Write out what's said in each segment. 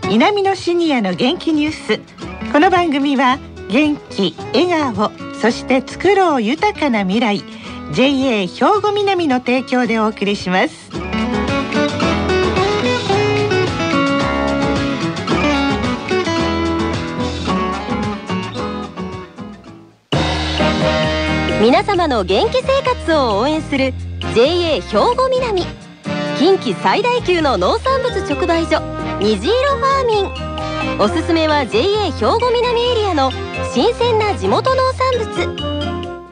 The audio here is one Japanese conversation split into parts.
南のシニアの元気ニュース。この番組は元気、笑顔、そして作ろう豊かな未来、 JA 兵庫南の提供でお送りします。 皆様の元気生活を応援する JA 兵庫南、近畿最大級の農産物直売所虹色ファーミン。おすすめは JA 兵庫南エリアの新鮮な地元農産物。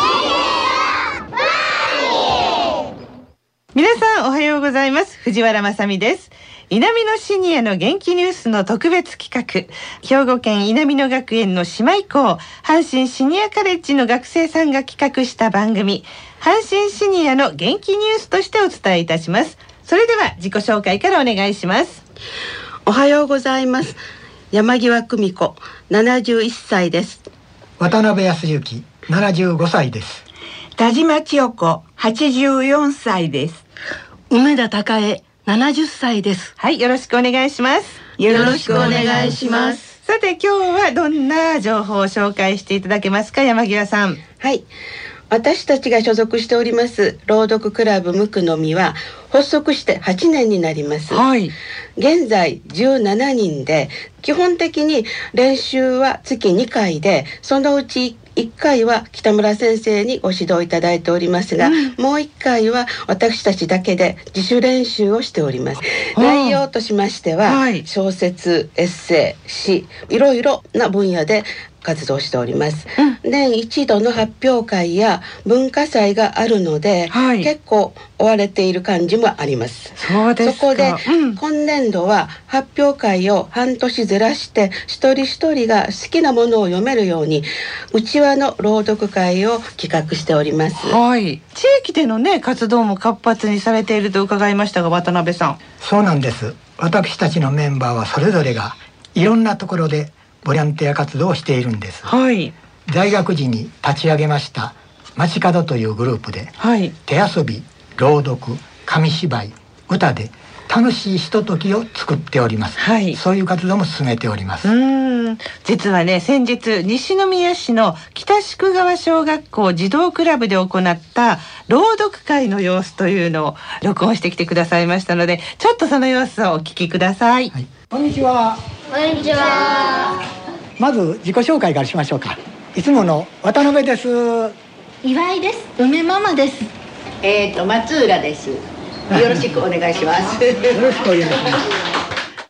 皆さんおはようございます。藤原まさみです。南のシニアの元気ニュースの特別企画、兵庫県南野学園の姉妹校阪神シニアカレッジの学生さんが企画した番組、阪神シニアの元気ニュースとしてお伝えいたします。それでは自己紹介からお願いします。 おはようございます。山際久美子、71歳です。 渡辺康之、75歳です。 田島千代子、84歳です。 梅田孝恵、70歳です。 はい、よろしくお願いします。 よろしくお願いします。 さて今日はどんな情報を紹介していただけますか、山際さん。 はい、私たちが所属しております朗読クラブむくのみは発足して8年になります。 はい、 現在17人で、基本的に練習は月2回で、そのうち1回は北村先生にご指導いただいておりますが、もう1回は私たちだけで自主練習をしております。内容としましては、小説、エッセイ、詩、いろいろな分野で活動しております。年一度の発表会や文化祭があるので、結構追われている感じもあります。 そうですか。 そこで、今年度は発表会を半年ずらして、一人一人が好きなものを読めるようにうちわの朗読会を企画しております。 はい、地域でのね活動も活発にされていると伺いましたが、渡辺さん。 そうなんです。私たちのメンバーはそれぞれがいろんなところでボランティア活動をしているんです。 はい、 大学時に立ち上げました街角というグループで、手遊び、朗読、紙芝居、歌で楽しいひとときを作っております。そういう活動も進めております。 実はね、先日西宮市の北宿川小学校児童クラブで行った朗読会の様子というのを録音してきてくださいましたので、ちょっとその様子をお聞きください。 こんにちは。 こんにちは。 まず自己紹介からしましょうか。いつもの渡辺です。 岩井です。梅ママです。 松浦です。よろしくお願いします。 よろしくお願いします。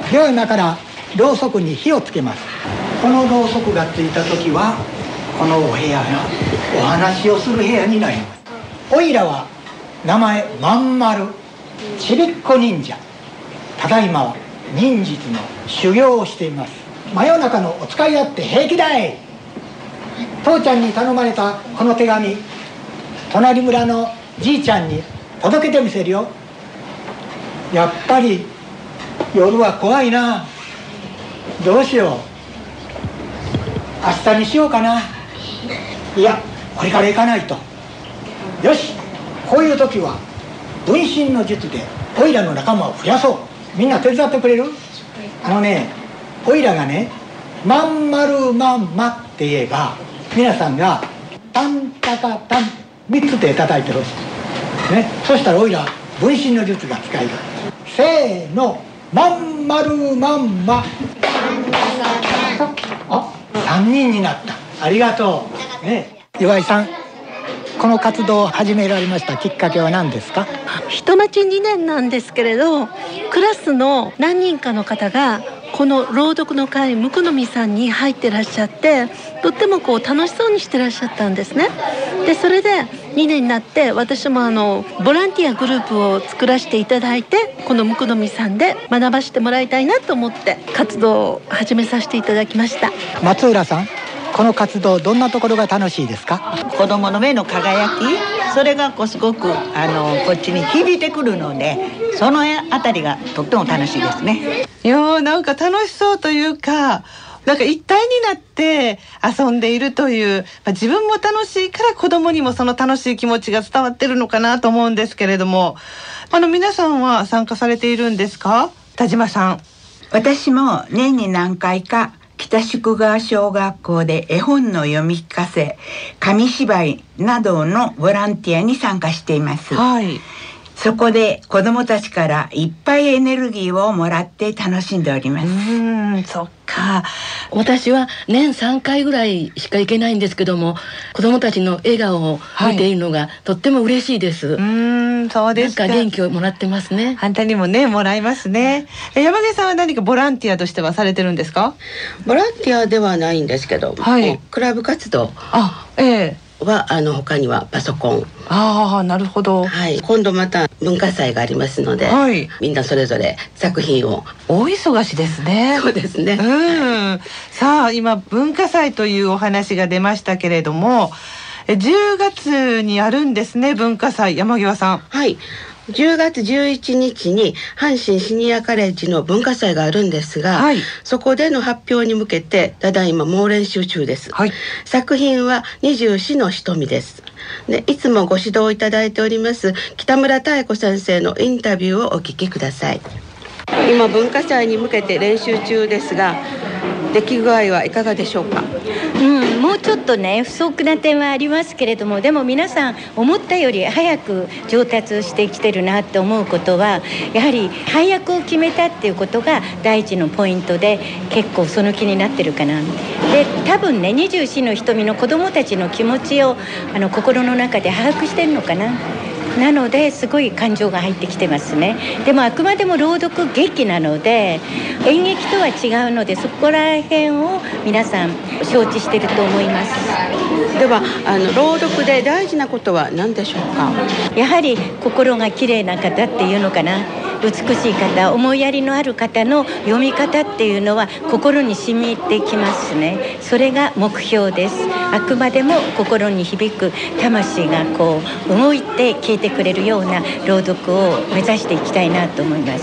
では今からろうそくに火をつけます。このろうそくがついた時はこのお部屋がお話をする部屋になります。おいらは名前まんまるちびっこ忍者。ただいまは忍術の修行をしています。真夜中のお使いあって平気だい。父ちゃんに頼まれたこの手紙、隣村のじいちゃんに届けてみせるよ。やっぱり夜は怖いな。どうしよう。明日にしようかな。いや、これから行かないと。よし、こういう時は分身の術でオイラの仲間を増やそう。みんな手伝ってくれる？オイラがね、まんまるまんまって言えば、皆さんがタンタカタン3つ手叩いてほしいね。そしたらオイラ分身の術が使える。せーの、まんまるまんま。あ、3人になった。ありがとう、岩井さん、この活動を始められましたきっかけは何ですか？ 人待ち2年なんですけれど、クラスの何人かの方がこの朗読の会むくのみさんに入ってらっしゃって、とっても楽しそうにしてらっしゃったんですね。でそれで2年になって、私もボランティアグループを作らせていただいて、このむくのみさんで学ばせてもらいたいなと思って活動を始めさせていただきました。 松浦さん、この活動どんなところが楽しいですか？ 子供の目の輝き、それがすごくこっちに響いてくるので、そのあたりがとっても楽しいですね。 いや、なんか楽しそうというか、なんか一体になって遊んでいるという、自分も楽しいから子供にもその楽しい気持ちが伝わってるのかなと思うんですけれども、皆さんは参加されているんですか？田島さん。 私も年に何回か北宿川小学校で絵本の読み聞かせ、紙芝居などのボランティアに参加しています。 はい。 そこで子どもたちからいっぱいエネルギーをもらって楽しんでおります。 そっか。 私は年3回ぐらいしか行けないんですけども、子どもたちの笑顔を見ているのがとっても嬉しいです。 そうですか。 なんか元気をもらってますね。 反対にもね、もらいますね。山毛さんは何かボランティアとしてはされてるんですか？ ボランティアではないんですけど、クラブ活動は他にはパソコン。 なるほど。 今度また文化祭がありますので、みんなそれぞれ作品を。 大忙しですね。 そうですね。 さあ今文化祭というお話が出ましたけれども、10月にあるんですね、文化祭。山際さん。 はい。10月11日に阪神シニアカレッジの文化祭があるんですが、そこでの発表に向けてただいま猛練習中です。作品は24の瞳です。で、いつもご指導いただいております北村妙子先生のインタビューをお聞きください。今文化祭に向けて練習中ですが、出来具合はいかがでしょうか？ もうちょっとね不足な点はありますけれども、でも皆さん思ったより早く上達してきてるなって思うことは、やはり配役を決めたっていうことが第一のポイントで、結構その気になってるかな。で、多分ね24の瞳の子どもたちの気持ちを心の中で把握してるのかな。なのですごい感情が入ってきてますね。でもあくまでも朗読劇なので演劇とは違うので、そこら辺を皆さん承知していると思います。 では朗読で大事なことは何でしょうか？ やはり心が綺麗な方っていうのかな。美しい方、思いやりのある方の読み方っていうのは心に染みてきますね。それが目標です。あくまでも心に響く魂がこう動いて聞いてくれるような朗読を目指していきたいなと思います。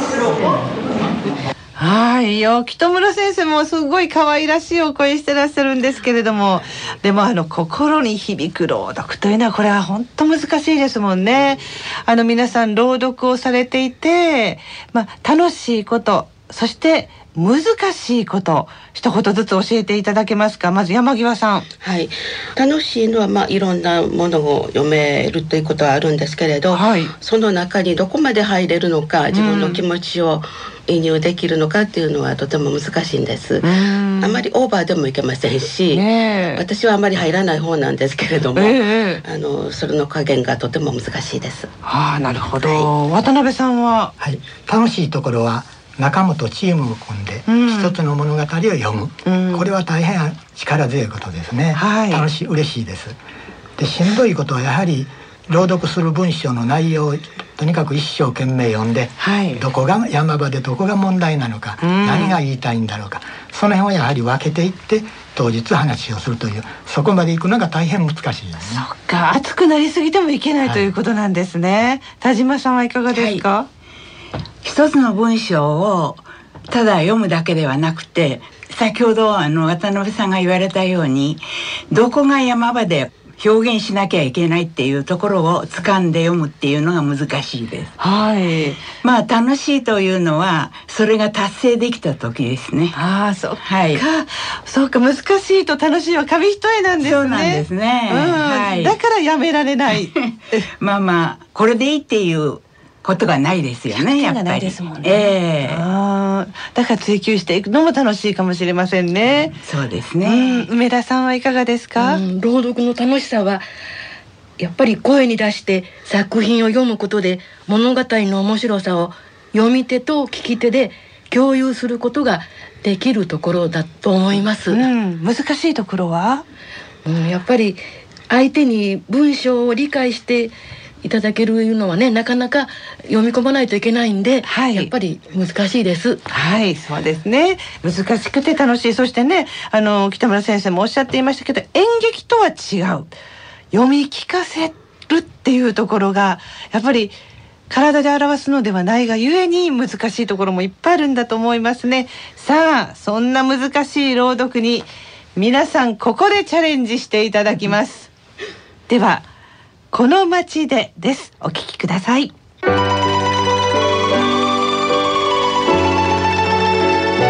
はいよ、北村先生もすごい可愛らしいお声してらっしゃるんですけれども、でも心に響く朗読というのはこれは本当難しいですもんね。皆さん朗読をされていて、楽しいこと、そして難しいこと一言ずつ教えていただけますか？まず山際さん。 はい、楽しいのはいろんなものを読めるということはあるんですけれど、その中にどこまで入れるのか、自分の気持ちを移入できるのかっていうのはとても難しいんです。あまりオーバーでもいけませんし、私はあまり入らない方なんですけれども、それの加減がとても難しいです。 なるほど。渡辺さんは？ 楽しいところは仲間とチームを組んで一つの物語を読む、これは大変力強いことですね。嬉しいです。で、しんどいことはやはり朗読する文章の内容をとにかく一生懸命読んで、どこが山場でどこが問題なのか、何が言いたいんだろうか、その辺はやはり分けていって当日話をするという、そこまで行くのが大変難しいですね。 そっか、熱くなりすぎてもいけないということなんですね。田島さんはいかがですか？ 一つの文章をただ読むだけではなくて、先ほど渡辺さんが言われたように、どこが山場で表現しなきゃいけないっていうところを掴んで読むっていうのが難しいです。楽しいというのはそれが達成できた時ですね。 そうか、難しいと楽しいは紙一重なんですね。 そうなんですね。 だからやめられないこれでいいっていうことがないですよね。やっぱりないですもんね。 だから追求していくのも楽しいかもしれませんね。 そうですね。 梅田さんはいかがですか？ 朗読の楽しさはやっぱり声に出して作品を読むことで、物語の面白さを読み手と聞き手で共有することができるところだと思います。 難しいところは、 やっぱり相手に文章を理解していただけるのはね、なかなか読み込まないといけないんで、やっぱり難しいです。 そうですね。難しくて楽しい。そしてね、北村先生もおっしゃっていましたけど、演劇とは違う、読み聞かせるっていうところがやっぱり体で表すのではないがゆえに難しいところもいっぱいあるんだと思いますね。さあ、そんな難しい朗読に皆さんここでチャレンジしていただきます。では、この街でです。お聞きください。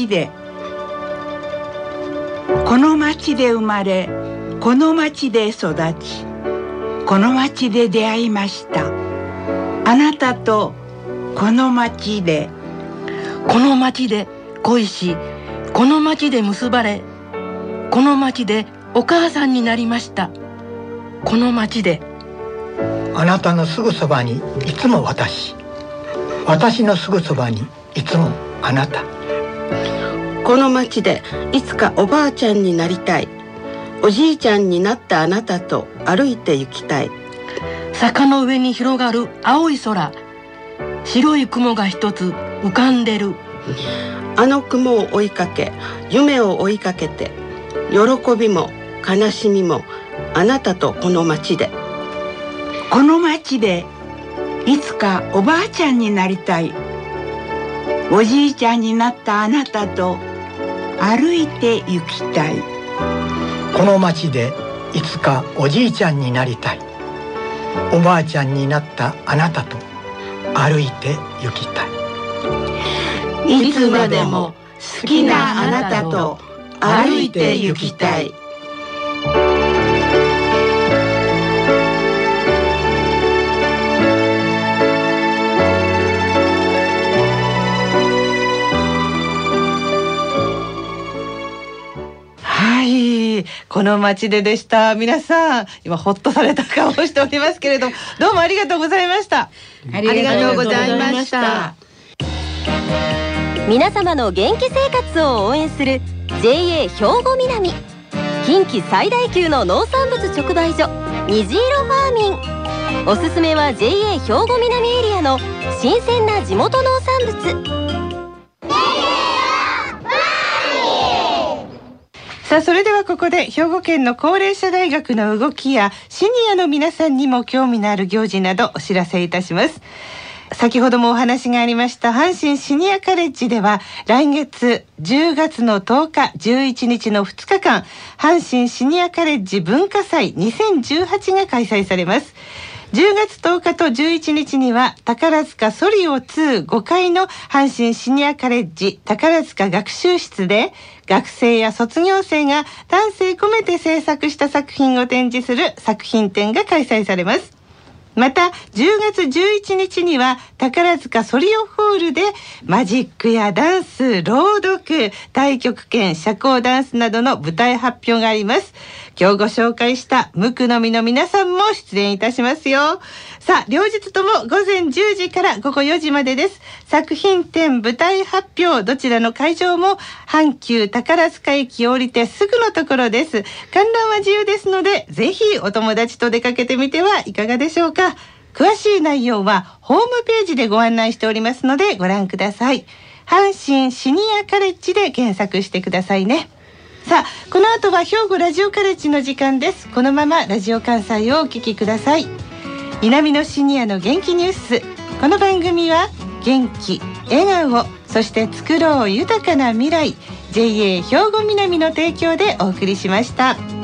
町で。この町で生まれ、この町で育ち、この町で出会いました。あなたとこの町で。 この町で恋し、この町で結ばれ、この町でお母さんになりました。この町で。 あなたのすぐそばにいつも私、私のすぐそばにいつもあなた。 この町でいつかおばあちゃんになりたい。おじいちゃんになったあなたと歩いて行きたい。 坂の上に広がる青い空、白い雲が一つ浮かんでる。 あの雲を追いかけ、夢を追いかけて、喜びも悲しみもあなたとこの町で。 この町でいつかおばあちゃんになりたい。おじいちゃんになったあなたと歩いて行きたい。 この町でいつかおじいちゃんになりたい。おばあちゃんになったあなたと歩いて行きたい。 いつまでも好きなあなたと歩いて行きたい。 はい、この町ででした。皆さん今ほっとされた顔をしておりますけれども、どうもありがとうございました。 ありがとうございました。 皆様の元気生活を応援する JA 兵庫南、近畿最大級の農産物直売所虹色ファーミン。おすすめは JA 兵庫南エリアの新鮮な地元農産物。 さあ、それではここで兵庫県の高齢者大学の動きやシニアの皆さんにも興味のある行事などお知らせいたします。先ほどもお話がありました阪神シニアカレッジでは来月10月の10日11日の2日間、阪神シニアカレッジ文化祭2018が開催されます。10月10日と11日には宝塚ソリオ2 5階の阪神シニアカレッジ宝塚学習室で学生や卒業生が丹精込めて制作した作品を展示する作品展が開催されます。また10月11日には宝塚ソリオホールでマジックやダンス、朗読、太極拳、社交ダンスなどの舞台発表があります。今日ご紹介した無垢の実の皆さんも出演いたしますよ。さあ、両日とも午前10時から午後4時までです。作品展、舞台発表、どちらの会場も阪急宝塚駅を降りてすぐのところです。観覧は自由ですので、ぜひお友達と出かけてみてはいかがでしょうか。詳しい内容はホームページでご案内しておりますのでご覧ください。阪神シニアカレッジで検索してくださいね。さあ、この後は兵庫ラジオカレッジの時間です。このままラジオ関西をお聞きください。南のシニアの元気ニュース。この番組は元気、笑顔、そして作ろう豊かな未来 JA 兵庫南の提供でお送りしました。